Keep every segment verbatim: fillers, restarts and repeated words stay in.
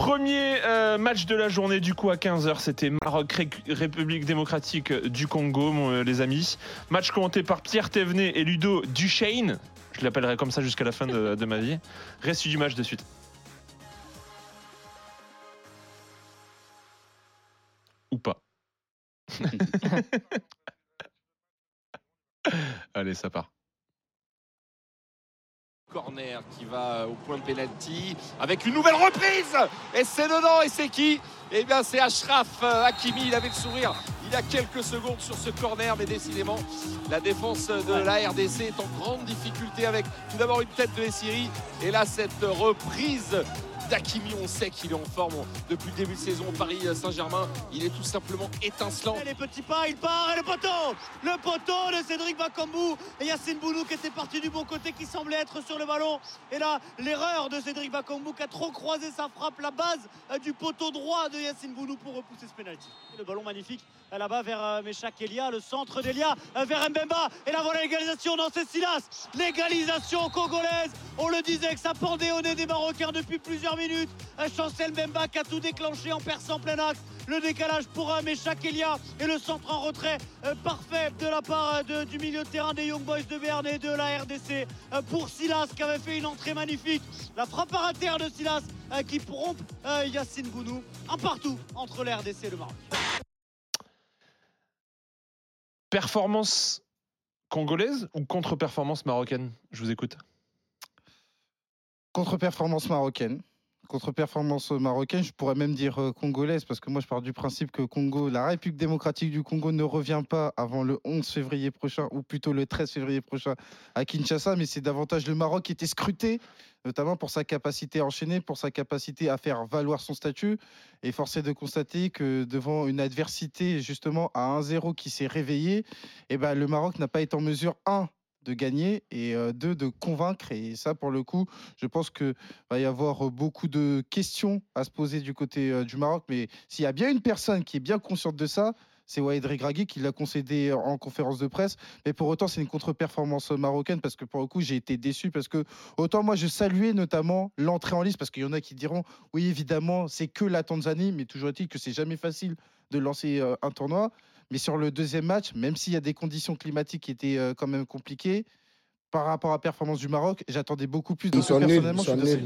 Premier euh, match de la journée du coup à quinze heures, c'était Maroc Ré- République démocratique du Congo, mon, euh, les amis. Match commenté par Pierre Thévenet et Ludo Duchesne. Je l'appellerai comme ça jusqu'à la fin de, de ma vie. Récit du match de suite. Ou pas. Allez, ça part. Corner qui va au point de pénalty avec une nouvelle reprise et c'est dedans et c'est qui? Eh bien c'est Achraf Hakimi, il avait le sourire il y a quelques secondes sur ce corner, mais décidément la défense de la R D C est en grande difficulté avec tout d'abord une tête de Essiri et là cette reprise d'Hakimi, on sait qu'il est en forme depuis le début de saison au Paris Saint-Germain, il est tout simplement étincelant. Et les petits pas, il part et le poteau le poteau de Cédric Bakambu et Yacine Bounou qui était parti du bon côté, qui semblait être sur le ballon, et là l'erreur de Cédric Bakambu qui a trop croisé sa frappe, la base du poteau droit de Yacine Bounou pour repousser ce pénalty. Le ballon magnifique là-bas vers Meshak Elia, le centre d'Elia vers Mbemba, et là voilà l'égalisation dans ces Silas, l'égalisation congolaise. On le disait que ça pendait au nez des Marocains depuis plusieurs minutes. Chancel Mbemba qui a tout déclenché en perçant plein axe. Le décalage pour Meshak Elia et le centre en retrait euh, parfait de la part euh, de, du milieu de terrain des Young Boys de Berne et de la R D C euh, pour Silas qui avait fait une entrée magnifique. La frappe à terre de Silas euh, qui trompe euh, Yacine Bounou. Un partout entre la R D C et le Maroc. Performance congolaise ou contre-performance marocaine? Je vous écoute. Contre-performance marocaine. Contre-performance marocaine, je pourrais même dire euh, congolaise, parce que moi je pars du principe que Congo, la République démocratique du Congo ne revient pas avant le onze février prochain, ou plutôt le treize février prochain à Kinshasa, mais c'est davantage le Maroc qui était scruté, notamment pour sa capacité à enchaîner, pour sa capacité à faire valoir son statut. Et force est de constater que devant une adversité justement à un zéro qui s'est réveillée, eh ben, le Maroc n'a pas été en mesure, un, de gagner et euh, deux, de convaincre. Et ça, pour le coup, je pense qu'il va y avoir beaucoup de questions à se poser du côté euh, du Maroc. Mais s'il y a bien une personne qui est bien consciente de ça, c'est Walid Regragui qui l'a concédé en conférence de presse. Mais pour autant, c'est une contre-performance marocaine parce que pour le coup, j'ai été déçu parce que autant moi, je saluais notamment l'entrée en liste parce qu'il y en a qui diront oui, évidemment, c'est que la Tanzanie, mais toujours est-il que c'est jamais facile de lancer euh, un tournoi. Mais sur le deuxième match, même s'il y a des conditions climatiques qui étaient euh, quand même compliquées, par rapport à la performance du Maroc, j'attendais beaucoup plus de Ils ça sont nuls, personnellement. ils sont je suis nuls.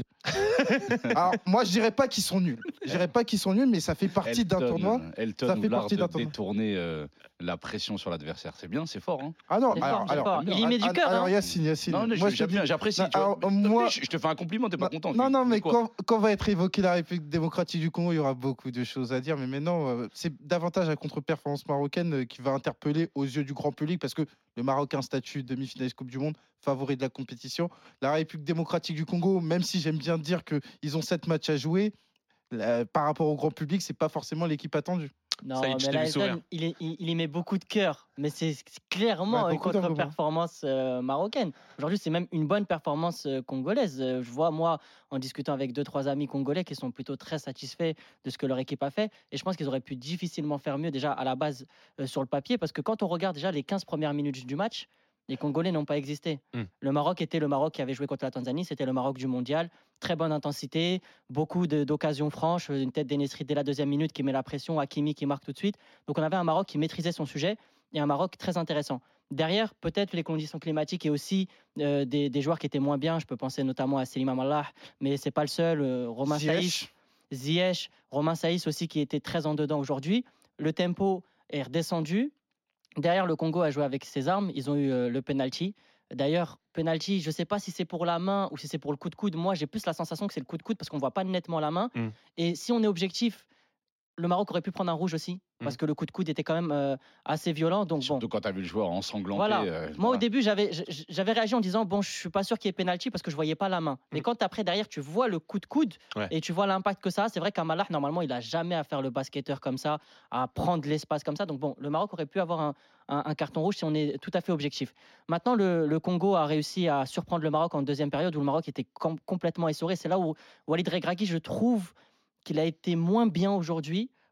Alors, moi, je dirais pas qu'ils sont nuls. Je dirais pas qu'ils sont nuls, mais ça fait partie d'un Elton, tournoi. Elton Ça ou fait l'art partie de d'un tournoi. détourner euh, la pression sur l'adversaire. C'est bien, c'est fort. Hein. Ah non, C'est alors, fort, c'est alors, fort. Il y met du cœur. alors, hein. Yacine, Yacine. Non, mais moi, je- je te j'aime- dis- j'apprécie. Non, tu vois. alors, Mais moi- je te fais un compliment, t'es pas content. Non, tu- non, tu mais dis quoi quand, quand va être évoquée la République démocratique du Congo, il y aura beaucoup de choses à dire. Mais maintenant, euh, c'est davantage la contre-performance marocaine euh, qui va interpeller aux yeux du grand public parce que le Maroc a un statut demi-finaliste Coupe du Monde, favori de la compétition. La République démocratique du Congo, même si j'aime bien dire qu'ils ont sept matchs à jouer, là, par rapport au grand public, c'est pas forcément l'équipe attendue. Non, Saïd, je mais t'ai là, vu sourire. Elton, il, est- il, il y met beaucoup de cœur. Mais c'est c'est clairement Ouais, une beaucoup d'arguments. contre-performance euh, marocaine. Aujourd'hui, c'est même une bonne performance euh, congolaise. Euh, je vois, moi, en discutant avec deux, trois amis congolais qui sont plutôt très satisfaits de ce que leur équipe a fait. Et je pense qu'ils auraient pu difficilement faire mieux déjà à la base euh, sur le papier. Parce que quand on regarde déjà les quinze premières minutes du match, les Congolais n'ont pas existé. Mm. Le Maroc était le Maroc qui avait joué contre la Tanzanie. C'était le Maroc du mondial. Très bonne intensité, beaucoup de- d'occasions franches. Une tête d'Enesri dès la deuxième minute qui met la pression, Hakimi qui marque tout de suite. Donc on avait un Maroc qui maîtrisait son sujet et un Maroc très intéressant. Derrière, peut-être les conditions climatiques et aussi euh, des, des joueurs qui étaient moins bien. Je peux penser notamment à Selim Amallah, mais c'est pas le seul. Euh, Romain Saïs, Ziyech, Romain Saïs aussi qui était très en dedans aujourd'hui. Le tempo est redescendu. Derrière, le Congo a joué avec ses armes. Ils ont eu euh, le penalty. D'ailleurs, penalty, je ne sais pas si c'est pour la main ou si c'est pour le coup de coude. Moi, j'ai plus la sensation que c'est le coup de coude parce qu'on ne voit pas nettement la main. Mm. Et si on est objectif, le Maroc aurait pu prendre un rouge aussi parce que le coup de coude était quand même euh, assez violent. Donc bon. Surtout quand tu as vu le joueur ensanglanté. Voilà. euh, Moi, au voilà. début, j'avais, j- j'avais réagi en disant bon, je suis pas sûr qu'il y ait pénalty parce que je voyais pas la main. Mais Mm. quand après derrière, tu vois le coup de coude Ouais. et tu vois l'impact que ça a, c'est vrai qu'un Malah, normalement, il a jamais à faire le basketteur comme ça, à prendre l'espace comme ça. Donc bon, le Maroc aurait pu avoir un, un- un carton rouge si on est tout à fait objectif. Maintenant, le, le Congo a réussi à surprendre le Maroc en deuxième période où le Maroc était com- complètement essoré. C'est là où Walid Regragui, je trouve qu'il a été moins bien aujourd'hui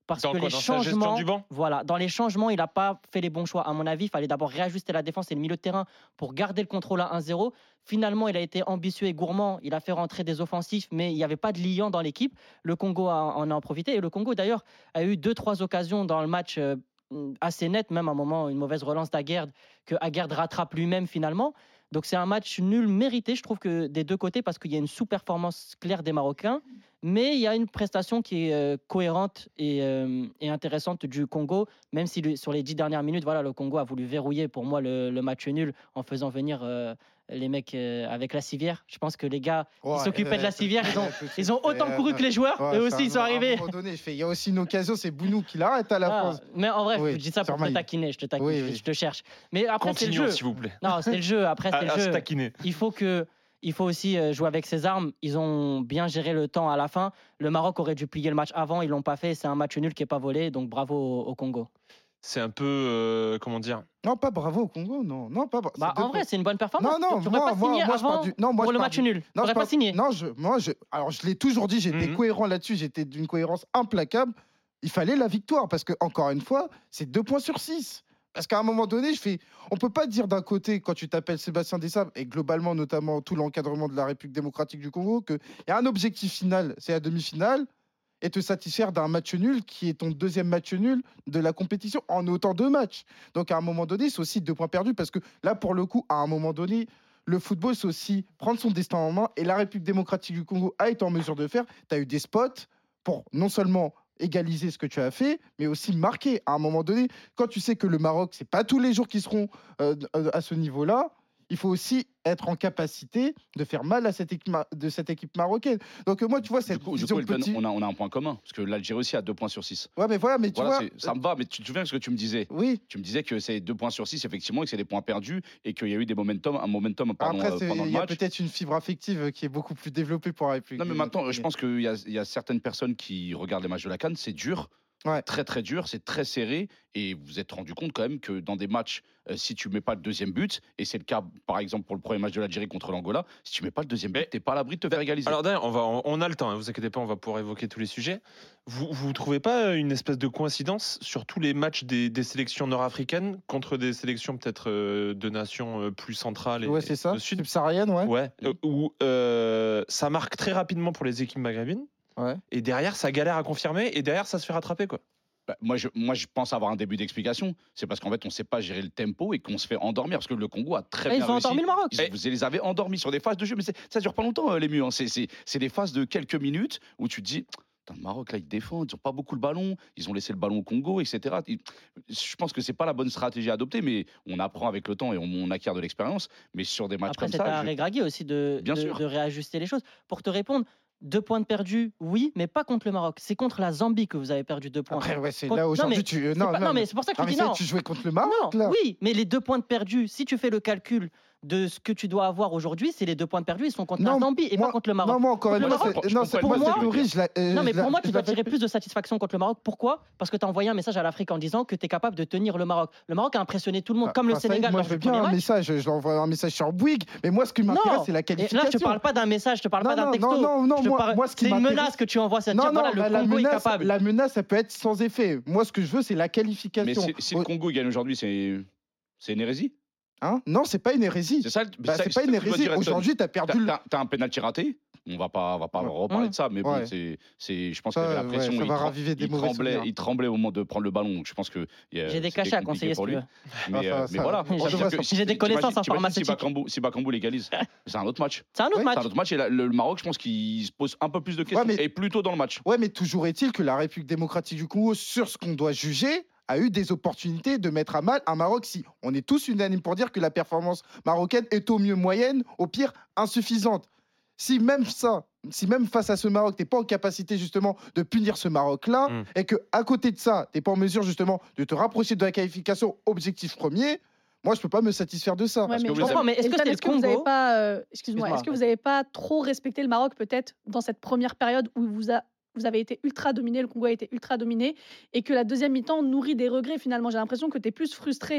parce Dans que quoi, les dans sa gestion changements, du banc voilà, dans les changements, il n'a pas fait les bons choix. À mon avis, il fallait d'abord réajuster la défense et le milieu de terrain pour garder le contrôle à un zéro. Finalement, il a été ambitieux et gourmand. Il a fait rentrer des offensifs, mais il n'y avait pas de liant dans l'équipe. Le Congo a- en a en profité. Et le Congo, d'ailleurs, a eu deux, trois occasions dans le match euh, assez nettes, même à un moment, une mauvaise relance d'Aguerd, que Aguerd rattrape lui-même finalement. Donc c'est un match nul mérité, je trouve, que des deux côtés, parce qu'il y a une sous-performance claire des Marocains, mais il y a une prestation qui est euh, cohérente et, euh, et intéressante du Congo, même si le- sur les dix dernières minutes, voilà, le Congo a voulu verrouiller pour moi le, le match nul en faisant venir euh, les mecs euh, avec la civière. Je pense que les gars qui Ouais, s'occupaient de la euh, civière, ils ont, euh, tout de ils ont suite, autant euh, couru que les joueurs, ouais, eux c'est aussi, ils sont un- arrivés. À un moment donné, je fais, il y a aussi une occasion, c'est Bounou qui l'arrête à la Ah, fin. mais en vrai, Oui, je dis ça pour te sûrement, il- taquiner, je te taquine, Oui, je, oui. je te cherche. Mais après, c'est le Continuons, jeu. s'il vous plaît. Non, c'est le jeu. Après, À, c'est à le se jeu. taquiner. Il faut que, il faut aussi euh, jouer avec ses armes. Ils ont bien géré le temps à la fin. Le Maroc aurait dû plier le match avant, ils l'ont pas fait. C'est un match nul qui est pas volé, donc bravo au, au Congo. C'est un peu, euh, comment dire, Non, pas bravo au Congo, non. Non, pas bravo. Bah, en vrai, c'est une bonne performance. Non, non, tu n'aurais moi, pas moi, signé moi, je pars avant du- non, moi, pour je le pars match du- nul. Non, Tu n'aurais je pas pars- signé. Non, je, moi, je, alors je l'ai toujours dit, j'étais Mhm. cohérent là-dessus, j'étais d'une cohérence implacable. Il fallait la victoire parce que, encore une fois, c'est deux points sur six. Parce qu'à un moment donné, je fais, on peut pas dire d'un côté, quand tu t'appelles Sébastien Desabre, et globalement, notamment tout l'encadrement de la République démocratique du Congo, qu'il y a un objectif final, c'est la demi-finale, et te satisfaire d'un match nul qui est ton deuxième match nul de la compétition en autant de matchs. Donc à un moment donné, c'est aussi deux points perdus parce que là, pour le coup, à un moment donné, le football, c'est aussi prendre son destin en main et la République démocratique du Congo a été en mesure de faire. Tu as eu des spots pour non seulement égaliser ce que tu as fait, mais aussi marquer à un moment donné. Quand tu sais que le Maroc, c'est pas tous les jours qu'ils seront euh, à ce niveau-là, il faut aussi être en capacité de faire mal à cette équipe, ma- de cette équipe marocaine. Donc euh, moi, tu vois, Du cette coup, du vision coup, Elton, petit... on, a, on a un point commun. Parce que l'Algérie aussi a deux points sur six. Ouais, mais voilà, mais tu Voilà, vois... c'est- ça me va, mais tu te souviens de ce que tu me disais Oui, Tu me disais que c'est deux points sur six, effectivement, et que c'est des points perdus, et qu'il y a eu des momentum, un momentum pardon, après, euh, c'est- pendant le il y a match. peut-être une fibre affective qui est beaucoup plus développée pour la République. Non, mais maintenant, je pense qu'il y, a- il y a certaines personnes qui regardent les matchs de la CAN, c'est dur. Ouais. Très très dur, c'est très serré et vous vous êtes rendu compte quand même que dans des matchs, euh, si tu mets pas le deuxième but, et c'est le cas par exemple pour le premier match de l'Algérie contre l'Angola, si tu mets pas le deuxième but, Mais- t'es pas à l'abri de te faire égaliser. Alors d'ailleurs, on, va, on, on a le temps, ne vous inquiétez pas, on va pouvoir évoquer tous les sujets. Vous ne trouvez pas une espèce de coïncidence sur tous les matchs des, des sélections nord-africaines contre des sélections peut-être euh, de nations euh, plus centrales et Ouais, c'est ça. de sud Subsaharienne, ouais. Ouais, euh, où euh, ça marque très rapidement pour les équipes maghrébines, Ouais. et derrière ça galère à confirmer, et derrière ça se fait rattraper quoi. Bah, moi, je, moi, je pense avoir un début d'explication. C'est parce qu'en fait, on ne sait pas gérer le tempo et qu'on se fait endormir. Parce que le Congo a très Ah, ils bien ont réussi. endormi le Maroc. Ils, vous les avez endormis sur des phases de jeu, mais c'est- ça dure pas longtemps, euh, les murs. Hein. C'est- C'est c'est des phases de quelques minutes où tu te dis. Putain, le Maroc, là, ils défendent, ils n'ont pas beaucoup le ballon, ils ont laissé le ballon au Congo, et cetera. Ils- Je pense que c'est pas la bonne stratégie à adopter, mais on apprend avec le temps et on, on acquiert de l'expérience. Mais sur des matchs Après, comme c'est ça, à je- Regragui aussi de, Bien de, sûr. de réajuster les choses. Pour te répondre, deux points de perdus, oui, mais pas contre le Maroc. C'est contre la Zambie que vous avez perdu deux points. Après, ouais, c'est Contre- là non, aujourd'hui, mais tu. C'est pas- non, mais c'est pour ça que non, je mais dis ça, non. tu jouais contre le Maroc, Non, là. oui, mais les deux points de perdus, si tu fais le calcul de ce que tu dois avoir aujourd'hui, c'est les deux points de perdus, ils sont contre Non, la Zambie et moi- pas contre le Maroc. Non, moi, encore Contre une le fois, Maroc, c'est- je non, comprends c'est pas pour le moi, Maroc. Laurie, je la- euh, Non, mais je la- pour moi, tu je dois l'avais- tirer plus de satisfaction contre le Maroc. Pourquoi? Parce que tu as envoyé un message à l'Afrique en disant que tu es capable de tenir le Maroc. Le Maroc a impressionné tout le monde, comme le Enfin, Saïd, Sénégal moi, lors je veux du bien premier un match. message, je l'envoie un message sur Bouygues, mais moi, ce qui m'intéresse, Non. c'est la Et qualification. là, je te parle pas d'un message, je te parle Non, pas d'un non, texto. non, non, non, Je te moi- parle- moi, ce qui c'est une m'intéresse- menace que tu envoies, c'est de Non, dire non, voilà, le bah, la Congo est menace, capable. la menace, ça peut être sans effet. Moi, ce que je veux, c'est la Mais qualification. si, si le Oh, Congo gagne aujourd'hui, c'est c'est une hérésie. hein non, c'est pas une hérésie. C'est ça, le- Bah, ça- c'est pas ce une que tu dois hérésie. dire, Elton. Aujourd'hui, tu as perdu T'as le. t'as- t'as un penalty raté. On va pas, on va pas Ouais. reparler Mmh. de ça, mais bon, Ouais. c'est, c'est, je pense Ça, qu'il y avait la ouais, pression. ça il va trem- raviver des il mauvais tremblait, souvenirs. il tremblait au moment de prendre le ballon. Donc je pense que euh, J'ai des c'était cachets à compliqué conseiller si pour tu lui. veux. Mais, Enfin, euh, ça- mais voilà. J'ai- C'est-à-dire que j'ai des si- connaissances en t'imagines- t'imagines Si pharmaceutique. Bakambu, si Bakambu légalise, c'est un autre match. C'est un autre Ouais. match. C'est un autre match et la- le, le Maroc, je pense qu'il se pose un peu plus de questions mais- et plus tôt dans le match. Ouais, mais toujours est-il que la République démocratique du Congo, sur ce qu'on doit juger, a eu des opportunités de mettre à mal un Maroc. Si on est tous unanimes pour dire que la performance marocaine est au mieux moyenne, au pire insuffisante. Si même ça, si même face à ce Maroc, t'es pas en capacité justement de punir ce Maroc-là, Mm. et que à côté de ça, t'es pas en mesure justement de te rapprocher de la qualification, objectif premier, moi je peux pas me satisfaire de ça. Ouais, Parce mais que Je vous comprends, mais est-ce que Elton, c'est le est-ce que vous n'avez Congo pas, euh, excuse-moi, Excuse-moi, est-ce que vous vas-y. n'avez pas trop respecté le Maroc peut-être dans cette première période où vous, a- vous avez été ultra dominé, le Congo a été ultra dominé, et que la deuxième mi-temps nourrit des regrets finalement. J'ai l'impression que tu es plus frustré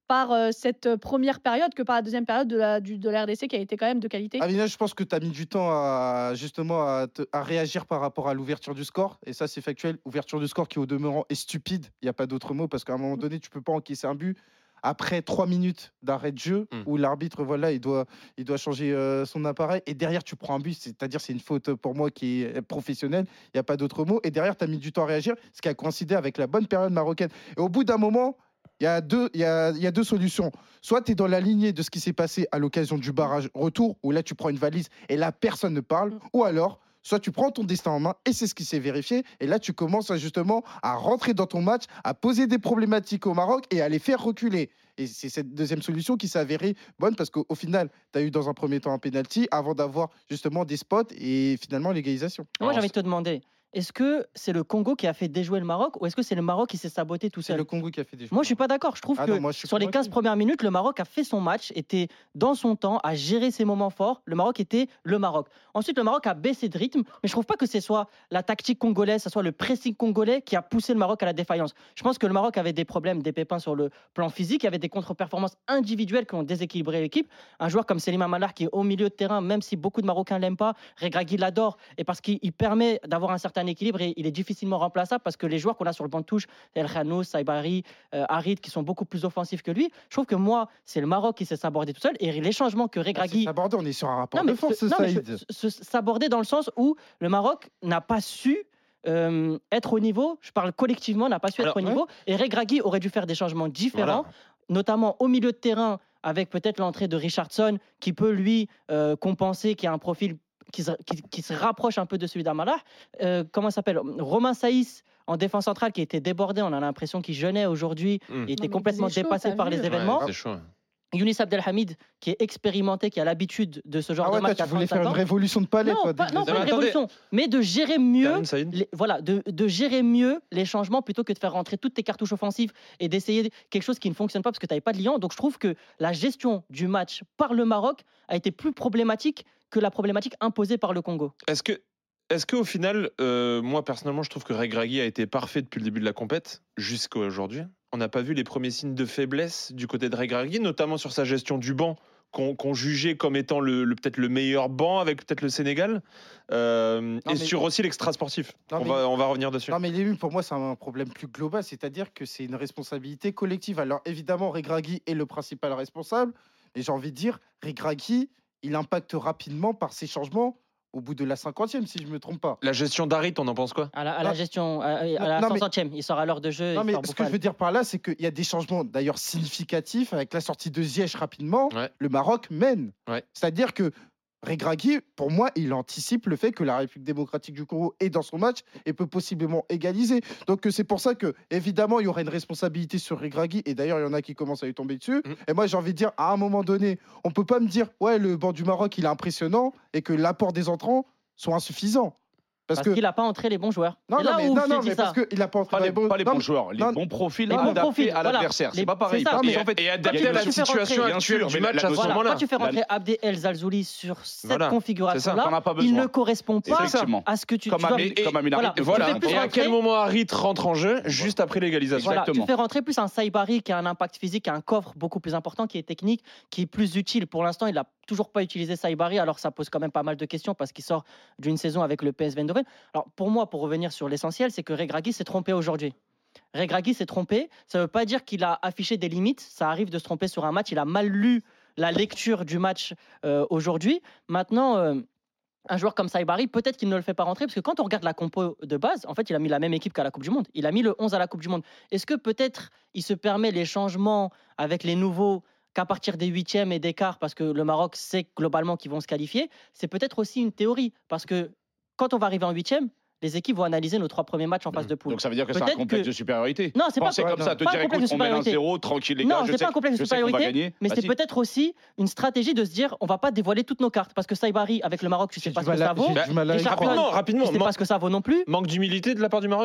par euh, cette première période que par la deuxième période de la, du, de la R D C qui a été quand même de qualité. Amina, je pense que tu as mis du temps à, justement à, te- à réagir par rapport à l'ouverture du score. Et ça, c'est factuel. Ouverture du score qui, au demeurant, est stupide. Il n'y a pas d'autre mot parce qu'à un moment donné, tu peux pas encaisser un but après trois minutes d'arrêt de jeu Mm. où l'arbitre, voilà, il doit, il doit changer euh, son appareil. Et derrière, tu prends un but. C'est-à-dire, c'est une faute pour moi qui est professionnelle. Il n'y a pas d'autre mot. Et derrière, tu as mis du temps à réagir, ce qui a coïncidé avec la bonne période marocaine. Et au bout d'un moment, il y a deux, il y a, il y a deux solutions. Soit tu es dans la lignée de ce qui s'est passé à l'occasion du barrage retour, où là tu prends une valise et là personne ne parle, ou alors soit tu prends ton destin en main et c'est ce qui s'est vérifié, et là tu commences à, justement à rentrer dans ton match, à poser des problématiques au Maroc et à les faire reculer. Et c'est cette deuxième solution qui s'est avérée bonne parce qu'au au final, tu as eu dans un premier temps un penalty avant d'avoir justement des spots et finalement l'égalisation. Moi, j'ai Alors, envie de te demander, est-ce que c'est le Congo qui a fait déjouer le Maroc ou est-ce que c'est le Maroc qui s'est saboté tout C'est seul? le Congo qui a fait des jeux. Moi, je suis pas d'accord. Je trouve Ah que non, moi, je suis sur les convaincu. quinze premières minutes, le Maroc a fait son match, était dans son temps, a géré ses moments forts. Le Maroc était le Maroc. Ensuite, le Maroc a baissé de rythme, mais je trouve pas que ce soit la tactique congolaise, ce soit le pressing congolais qui a poussé le Maroc à la défaillance. Je pense que le Maroc avait des problèmes, des pépins sur le plan physique, il y avait des contre-performances individuelles qui ont déséquilibré l'équipe. Un joueur comme Selim Amalar qui est au milieu de terrain, même si beaucoup de Marocains l'aiment pas, Regragui l'adore, et parce qu'il il permet d'avoir un certain équilibre et il est difficilement remplaçable parce que les joueurs qu'on a sur le banc de touche, El Khanous, Saibari, euh, Harid, qui sont beaucoup plus offensifs que lui, je trouve que moi, c'est le Maroc qui s'est sabordé tout seul et les changements que Ah, c'est Regragui. abordé, on est sur un rapport Non, mais de force, ce- non, mais Saïd. se- se- s'aborder dans le sens où le Maroc n'a pas su euh, être au niveau, je parle collectivement, n'a pas su être Alors, au ouais. niveau, et Regragui aurait dû faire des changements différents, Voilà. notamment au milieu de terrain, avec peut-être l'entrée de Richardson, qui peut lui euh, compenser, qui a un profil qui se, qui, qui se rapproche un peu de celui d'Amalar. Euh, comment il s'appelle Romain Saïs, en défense centrale, qui était débordé, on a l'impression qu'il jeûnait aujourd'hui, Mm. il était mais complètement il faisait chaud, dépassé t'as par vu les Ouais, événements. Ouais, c'est chaud. Younis Abdelhamid, qui est expérimenté, qui a l'habitude de ce genre Ah ouais, de match toi, à tu voulais trente-cinq faire une ans. révolution de palais, Non, toi. pas, dès non, le pas Mais une début. attendez. révolution, mais de gérer mieux, Karim, Saïd les- voilà, de, de gérer mieux les changements plutôt que de faire rentrer toutes tes cartouches offensives et d'essayer quelque chose qui ne fonctionne pas parce que tu n'avais pas de liant. Donc je trouve que la gestion du match par le Maroc a été plus problématique que la problématique imposée par le Congo. Est-ce que, est-ce qu'au final, euh, moi personnellement, je trouve que Regragui a été parfait depuis le début de la compète jusqu'à aujourd'hui. On n'a pas vu les premiers signes de faiblesse du côté de Regragui, notamment sur sa gestion du banc, qu'on qu'on jugeait comme étant le, le- peut-être le meilleur banc avec peut-être le Sénégal, Euh, Non, et mais- sur aussi l'extra sportif. Non, On, mais- va, on va revenir dessus. Non, mais l'élu, pour moi, c'est un problème plus global, c'est-à-dire que c'est une responsabilité collective. Alors, évidemment, Regragui est le principal responsable, mais j'ai envie de dire, Regragui, il impacte rapidement par ses changements au bout de la cinquantième, si je ne me trompe pas. La gestion d'Harit, on en pense quoi? À la, à la Non. gestion, à, à la Non, mais- centième, il sort à l'heure de jeu. Non, il mais sort ce que Bouffal. je veux dire par là, c'est qu'il y a des changements d'ailleurs significatifs avec la sortie de Ziyech rapidement. Ouais. Le Maroc mène. Ouais. C'est-à-dire que Regragui, pour moi, il anticipe le fait que la République démocratique du Congo est dans son match et peut possiblement égaliser. Donc euh, c'est pour ça que, évidemment, il y aura une responsabilité sur Regragui. Et d'ailleurs, il y en a qui commencent à lui tomber dessus. Mm. Et moi, j'ai envie de dire, à un moment donné, on peut pas me dire, ouais, le banc du Maroc, il est impressionnant et que l'apport des entrants soit insuffisant. Parce, Parce que qu'il n'a pas entré les bons joueurs. non, C'est non, là mais, où non, je non, te dis mais ça. parce qu'il n'a pas entré Pas dans les, les bons- pas les non, bons joueurs, les non, bons profils les bons adaptés profils, à voilà. l'adversaire. Les- C'est pas pareil. c'est ça, Parce mais- qu'en fait, Et Quand adapté tu à la fais situation rentrer- actuelle Bien du sûr, match mais à la ce notion- Voilà, moment-là. quand tu fais La- rentrer Abdel El Zalzouli sur cette Voilà, configuration-là, t'en as pas il besoin. ne correspond pas Effectivement. à ce que tu, Comme tu un dois- Mi- et- comme un voilà. Minardi. Tu Voilà. fais plus Et à rentrer- quel moment Harit rentre en jeu? Juste après l'égalisation. Voilà, tu Exactement. fais rentrer plus un Saibari qui a un impact physique, qui a un coffre beaucoup plus important, qui est technique, qui est plus utile. Pour l'instant, il n'a toujours pas utilisé Saibari, alors ça pose quand même pas mal de questions parce qu'il sort d'une saison avec le P S V Eindhoven. Alors pour moi, pour revenir sur l'essentiel, c'est que Regragui s'est trompé aujourd'hui. Regragui s'est trompé, ça ne veut pas dire qu'il a affiché des limites, ça arrive de se tromper sur un match, il a mal lu la lecture du match euh, aujourd'hui. Maintenant... euh, un joueur comme Saibari, peut-être qu'il ne le fait pas rentrer, parce que quand on regarde la compo de base, en fait, il a mis la même équipe qu'à la Coupe du Monde. Il a mis le onze à la Coupe du Monde. Est-ce que peut-être il se permet les changements avec les nouveaux qu'à partir des huitièmes et des quarts, parce que le Maroc sait globalement qu'ils vont se qualifier? C'est peut-être aussi une théorie, parce que quand on va arriver en huitième, les équipes vont analyser nos trois premiers matchs en phase de poule. Donc ça veut dire que c'est un Peut-être complexe que- de supériorité. Non, c'est pas, Penser comme non, ça, te pas un dire complexe écoute, de on mène un supériorité. zéro, tranquille les Non, gars, je c'est sais pas un complexe de je sais qu'on va supériorité, gagner. mais Bah c'est si. peut-être aussi une stratégie de se dire on va pas dévoiler toutes nos cartes, parce que Saibari, avec le Maroc, tu sais J'ai pas du ce que mal à- ça vaut. j'ai du mal à y Richard croire. Rapidement, rapidement. Tu sais man- pas ce que ça vaut non plus. Manque d'humilité de la part du Maroc?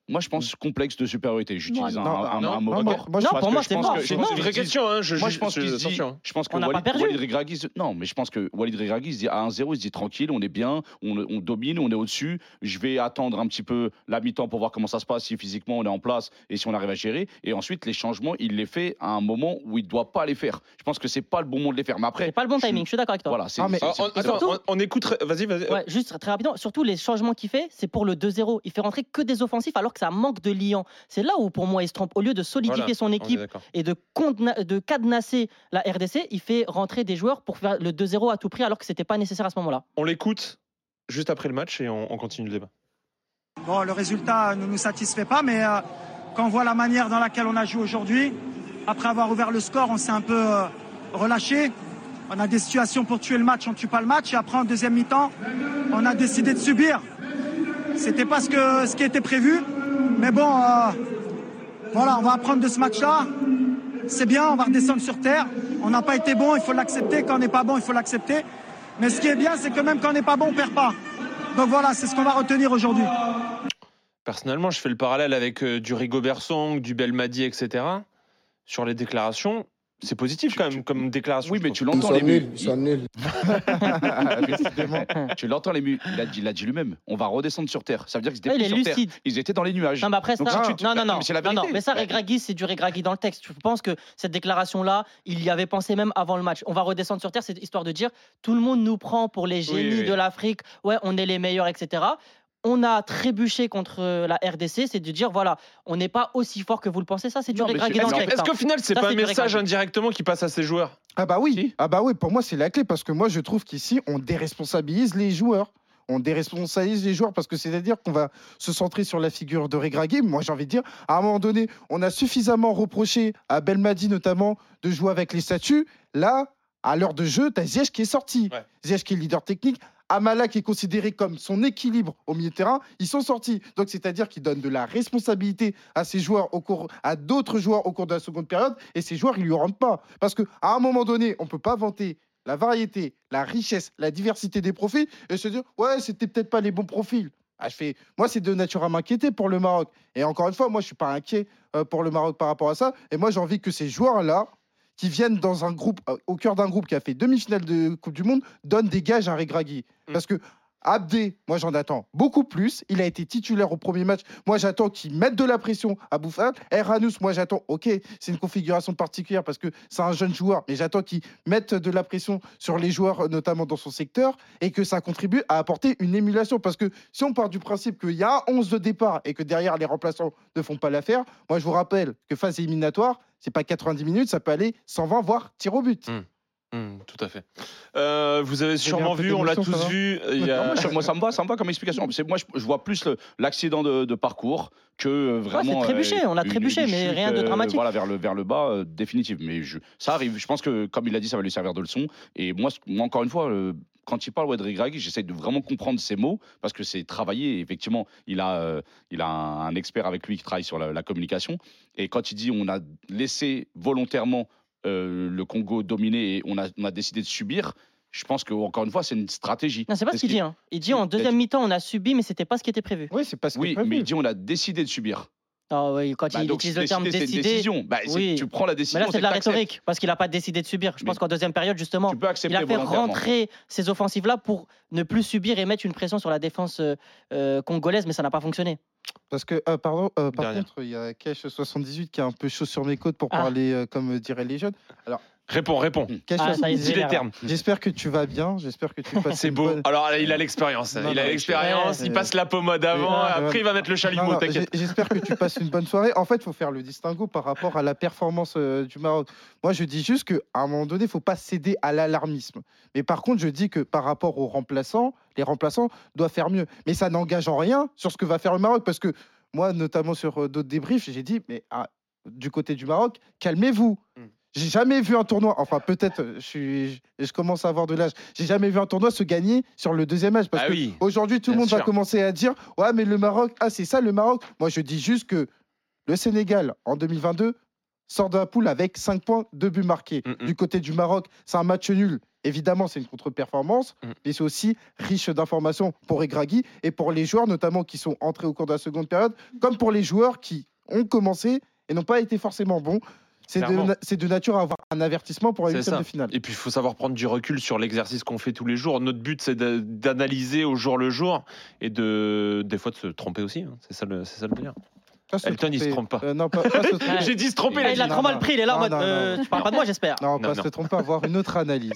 Moi, je pense complexe de supériorité. J'utilise Non, un, non, un, non, un mot non, pas- moi- moi, je Non, parce pour que moi, je c'est pense mort. que- C'est je mort. pense C'est une que- vraie question, hein. Je, Moi, je- je pense qu'il se dit, attention. je pense que On n'a pas Walid, perdu. Walid Regragui, se- non, mais je pense que Walid Regragui se dit à un zéro, il se dit tranquille, on est bien, on, on domine, on est au-dessus. Je vais attendre un petit peu la mi-temps pour voir comment ça se passe, si physiquement on est en place et si on arrive à gérer. Et ensuite, les changements, il les fait à un moment où il ne doit pas les faire. Je pense que c'est pas le bon moment de les faire. Mais après, C'est pas le bon je suis- timing, je suis d'accord avec toi. Voilà, c'est. Ah, mais- c'est- Ah, c'est- on- c'est- attends, surtout- on, on écoute. Vas-y, vas-y. Ouais, juste très rapidement, surtout les changements qu'il fait, c'est pour le deux zéro. Il fait rentrer que des offensifs alors que ça manque de liant. C'est là où pour moi il se trompe. Au lieu de solidifier Voilà, son on est équipe d'accord. et de, condena- de cadenasser la R D C, il fait rentrer des joueurs pour faire le deux zéro à tout prix alors que c'était pas nécessaire à ce moment-là. On l'écoute juste après le match et on, on continue le débat. Bon, le résultat ne nous satisfait pas, mais euh, quand on voit la manière dans laquelle on a joué aujourd'hui, après avoir ouvert le score, on s'est un peu euh, relâché. On a des situations pour tuer le match, on ne tue pas le match. Et après, en deuxième mi-temps, on a décidé de subir. C'était pas ce, que, ce qui était prévu. Mais bon, euh, voilà, on va apprendre de ce match-là. C'est bien, on va redescendre sur terre. On n'a pas été bon, il faut l'accepter. Quand on n'est pas bon, il faut l'accepter. Mais ce qui est bien, c'est que même quand on n'est pas bon, on ne perd pas. Donc voilà, c'est ce qu'on va retenir aujourd'hui. Personnellement, je fais le parallèle avec euh, du Rigobert Song, du Belmadi, et cetera. Sur les déclarations, c'est positif quand même comme déclaration. Oui, je mais trouve. tu Ils l'entends sont les nuls, mues. ils sont nuls. Tu l'entends les mues. Il a dit, il a dit lui-même. On va redescendre sur terre. Ça veut dire qu'ils étaient Ouais, il plus est sur terre. lucide. Ils étaient dans les nuages. Non, mais après, ça, Donc, si tu- non, non, non, mais c'est la non, non, vérité. mais ça, Ouais. Regragui, c'est du Regragui dans le texte. Je pense que cette déclaration-là, il y avait pensé même avant le match. On va redescendre sur terre, c'est histoire de dire tout le monde nous prend pour les génies oui. de l'Afrique. Ouais, on est les meilleurs, et cetera. On a trébuché contre la R D C, c'est de dire voilà, on n'est pas aussi fort que vous le pensez. Ça, c'est du Non, mais Regragui c'est- dans le mais texte. Est-ce qu'au final, c'est Ça, pas c'est un du message Regragui. indirectement qui passe à ces joueurs? Ah bah oui, Si. ah bah oui, pour moi c'est la clé parce que moi je trouve qu'ici on déresponsabilise les joueurs. On déresponsabilise les joueurs parce que c'est-à-dire qu'on va se centrer sur la figure de Regragui. Moi j'ai envie de dire, à un moment donné, on a suffisamment reproché à Belmadi notamment de jouer avec les statuts. Là, à l'heure de jeu, t'as Ziyech qui est sorti. Ouais. Ziyech qui est leader technique. Amala qui est considéré comme son équilibre au milieu de terrain, ils sont sortis. Donc c'est-à-dire qu'ils donnent de la responsabilité à ces joueurs au cours, à d'autres joueurs au cours de la seconde période, et ces joueurs ils lui rendent pas. Parce que à un moment donné, on peut pas vanter la variété, la richesse, la diversité des profils et se dire ouais c'était peut-être pas les bons profils. Ah, je fais, moi c'est de nature à m'inquiéter pour le Maroc. Et encore une fois, moi je suis pas inquiet euh, pour le Maroc par rapport à ça. Et moi j'ai envie que ces joueurs là qui viennent dans un groupe, euh, au cœur d'un groupe qui a fait demi-finale de Coupe du Monde, donnent des gages à Regragui. Mm. Parce que Abdé, moi j'en attends beaucoup plus. Il a été titulaire au premier match. Moi j'attends qu'il mette de la pression à Bouffal. Erranous, moi j'attends, ok, c'est une configuration particulière parce que c'est un jeune joueur, mais j'attends qu'il mette de la pression sur les joueurs, euh, notamment dans son secteur, et que ça contribue à apporter une émulation. Parce que si on part du principe qu'il y a un onze de départ et que derrière les remplaçants ne font pas l'affaire, moi je vous rappelle que phase éliminatoire, c'est pas quatre-vingt-dix minutes, ça peut aller cent vingt voire tir au but. Mm. Mmh, tout à fait. Euh, vous avez mis sûrement un peu vu, on l'a d'émotion, tous ça va vu. Il y a... Non, moi, moi, ça me va, ça me va comme explication. C'est- Moi, je, je vois plus le- l'accident de, de parcours que euh, vraiment. c'est trébuché, on a une- trébuché, une mais chute, rien de euh, dramatique. Voilà, vers le, vers le bas, euh, définitive. Mais je, ça arrive. Je pense que, comme il a dit, ça va lui servir de leçon. Et moi, ce- moi encore une fois, euh, quand il parle de Regragui, j'essaie de vraiment comprendre ses mots parce que c'est travaillé. Et effectivement, il a, euh, il a un, un expert avec lui qui travaille sur la, la communication. Et quand il dit on a laissé volontairement euh, le Congo dominer et on a, on a décidé de subir, je pense que encore une fois, c'est une stratégie. Non, c'est pas ce Est-ce qu'il dit. Hein. Il dit en Il- deuxième mi-temps, on a subi, mais c'était pas ce qui était prévu. Oui, c'est pas ce qui est Oui, prévu. mais il dit on a décidé de subir. Ah oui, quand Bah, il donc, utilise le terme décider, c'est une décider. décision. Bah, c'est- Oui. Tu prends la décision. Mais là, c'est de la que t'acceptes. rhétorique, parce qu'il n'a pas décidé de subir. Je Mais- pense qu'en deuxième période, justement, Tu peux accepter il a fait volontairement. rentrer ces offensives-là pour ne plus subir et mettre une pression sur la défense euh, euh, congolaise, mais ça n'a pas fonctionné. Parce que, euh, pardon, euh, par Derrière. contre, il y a Cash soixante-dix-huit qui est un peu chaud sur mes côtes pour Ah. parler euh, comme diraient les jeunes. Réponds, réponds. Cash Ah, ça y est, Dis c'est les là. termes. j'espère que tu vas bien, j'espère que tu passes C'est une beau. bonne- Alors, il a l'expérience. Non, Il non, a l'expérience. ouais, Il euh, passe la pommade avant. ouais, Après, ouais. il va mettre le Non, chalumeau. non, T'inquiète. j'ai- J'espère que tu passes une bonne soirée. En fait, il faut faire le distinguo par rapport à la performance euh, du Maroc. Moi, je dis juste qu'à un moment donné, il ne faut pas céder à l'alarmisme. Mais par contre, je dis que par rapport aux remplaçants, les remplaçants doivent faire mieux. Mais ça n'engage en rien sur ce que va faire le Maroc. Parce que moi, notamment sur euh, d'autres débriefs, j'ai dit, mais ah, du côté du Maroc, calmez-vous. Mm. J'ai jamais vu un tournoi, enfin peut-être, euh, je, suis, je, je commence à avoir de l'âge, j'ai jamais vu un tournoi se gagner sur le deuxième match. Parce Ah que oui, aujourd'hui, tout le bien monde va sûr. commencer à dire, ouais, mais le Maroc, ah, c'est ça le Maroc. Moi, je dis juste que le Sénégal, en deux mille vingt-deux, sort de la poule avec cinq points, deux buts marqués. Mm-mm. Du côté du Maroc, c'est un match nul. Évidemment, c'est une contre-performance, Mm. mais c'est aussi riche d'informations pour Regragui et pour les joueurs, notamment qui sont entrés au cours de la seconde période, comme pour les joueurs qui ont commencé et n'ont pas été forcément bons. C'est de, Clairement. na- c'est de nature à avoir un avertissement pour la C'est huitième ça. de finale. Et puis il faut savoir prendre du recul sur l'exercice qu'on fait tous les jours. Notre but, c'est de- d'analyser au jour le jour et de des fois de se tromper aussi. hein. C'est ça le, c'est ça le délire. Pas se Elton, il se tromper. trompe pas. Euh, non, pas, pas se tromper. J'ai dit se tromper. Ah, là, il a j'ai dit. trop mal non. pris, il est là en Non, mode non, euh, non. tu parles pas de moi, j'espère. Non, Non, pas non. se tromper, avoir une autre analyse.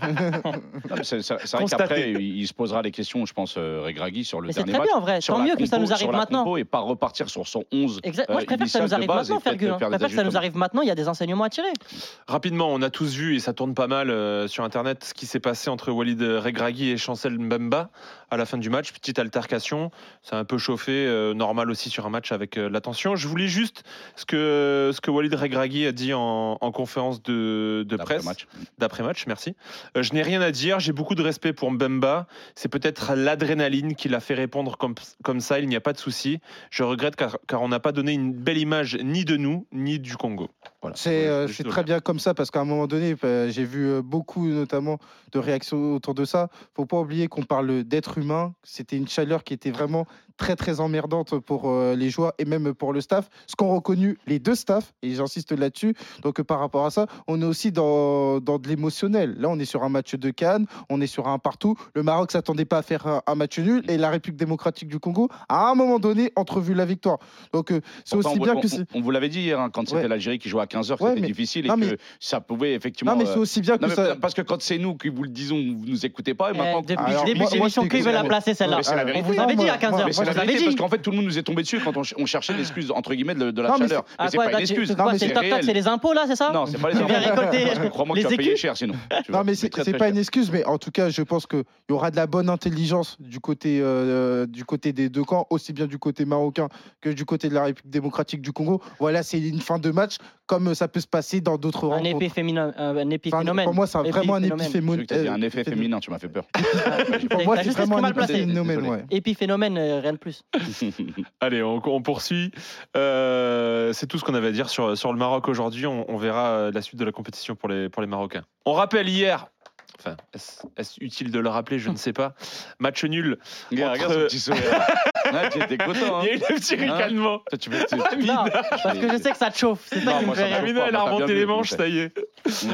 Non, mais C'est c'est- c'est vrai Constaté. qu'après, il, il se posera les questions, je pense, euh, Regragui, sur le Mais c'est dernier très match. bien en vrai, sur tant la mieux que ça compo- nous arrive sur la maintenant. compo et pas repartir sur son onze. Exact. euh, Moi, je préfère que ça initial nous de arrive base maintenant, et peut-être Fergus. hein. Je faire des préfère que ça nous ajustements. arrive maintenant, il y a des enseignements à tirer. Rapidement, on a tous vu, et ça tourne pas mal euh, sur Internet, ce qui s'est passé entre Walid Regragui et Chancel Mbemba à la fin du match. Petite altercation, ça a un peu chauffé, euh, normal aussi sur un match avec euh, l'attention. Je voulais juste ce que, ce que Walid Regragui a dit en, en conférence de, de presse. D'après-match. D'après-match, merci. Euh, je n'ai rien à dire, j'ai beaucoup de respect pour Mbemba. C'est peut-être l'adrénaline qui l'a fait répondre comme, comme ça, il n'y a pas de souci. Je regrette car, car on n'a pas donné une belle image ni de nous, ni du Congo. Voilà. C'est euh, Juste c'est le très dire. bien comme ça parce qu'à un moment donné, euh, j'ai vu euh, beaucoup notamment de réactions autour de ça. Faut pas oublier qu'on parle d'être humain. C'était une chaleur qui était vraiment très très emmerdante pour euh, les joueurs et même pour le staff. Ce qu'ont reconnu les deux staffs, et j'insiste là-dessus. Donc euh, par rapport à ça, on est aussi dans, dans de l'émotionnel. Là, on est sur un match de Cannes, on est sur un partout. Le Maroc s'attendait pas à faire un, un match nul et la République démocratique du Congo, à un moment donné, entrevu la victoire. Donc euh, c'est Pourtant, aussi on, bien on- que c'est... on vous l'avait dit hier, hein, quand c'était Ouais. l'Algérie qui jouait à quinze heures, Ouais, c'était mais- difficile et non, que mais- ça pouvait effectivement. Non mais euh, c'est aussi bien que non, mais ça... parce que quand c'est nous qui vous le disons, vous nous écoutez pas. Et maintenant, Eh, Depuis Alors, le début moi- de moi, l'émission, c'est qui veut la que- placer celle-là Mais c'est la Alors, On vérité. vous avait Non, dit moi- à quinze moi- heures. Mais Moi, c'est je la vous avais vérité dit. parce qu'en fait tout le monde nous est tombé dessus quand on, ch- on cherchait l'excuse entre guillemets de, de la Non, mais chaleur. Ah Mais c'est quoi, pas une là, tu- excuse. quoi, Non, mais c'est c'est le toc toc, réel. c'est les impôts là, c'est ça Non, c'est pas les Tu viens impôts. récolter Crois-moi que les tu vas payer écus. cher sinon. Tu Non, vas- mais c'est très, c'est très pas cher. une excuse, mais en tout cas, je pense qu'il y aura de la bonne intelligence du côté, euh, du côté des deux camps, aussi bien du côté marocain que du côté de la République démocratique du Congo. Voilà, c'est une fin de match, comme ça peut se passer dans d'autres Un rencontres. épée féminin, un un Enfin, épiphénomène. pour moi, c'est vraiment un Épiphénomène. J'ai cru épiphénomène. que t'as dit un effet féminin, tu m'as fait peur. Pour moi, T'as c'est juste vraiment mal un placé. épiphénomène. Désolé. Ouais. Épiphénomène, euh, rien de plus. Allez, on, on poursuit. Euh, c'est tout ce qu'on avait à dire sur, sur le Maroc aujourd'hui. On, on verra euh, la suite de la compétition pour les, pour les Marocains. On rappelle hier, enfin, est-ce est-ce utile de le rappeler, je ne sais pas, match nul. Regarde, Entre- regarde ce petit sourire. Ah, tu étais content. Il y a Hein. eu le petit ricanement. Toi, tu veux- tu- Non, parce que je sais que ça te chauffe. C'est ça Non, qui me moi, fait ça rire. me chauffe. Amina, elle a Moi, t'as bien remonté vu, les comment manches, c'est. ça y est.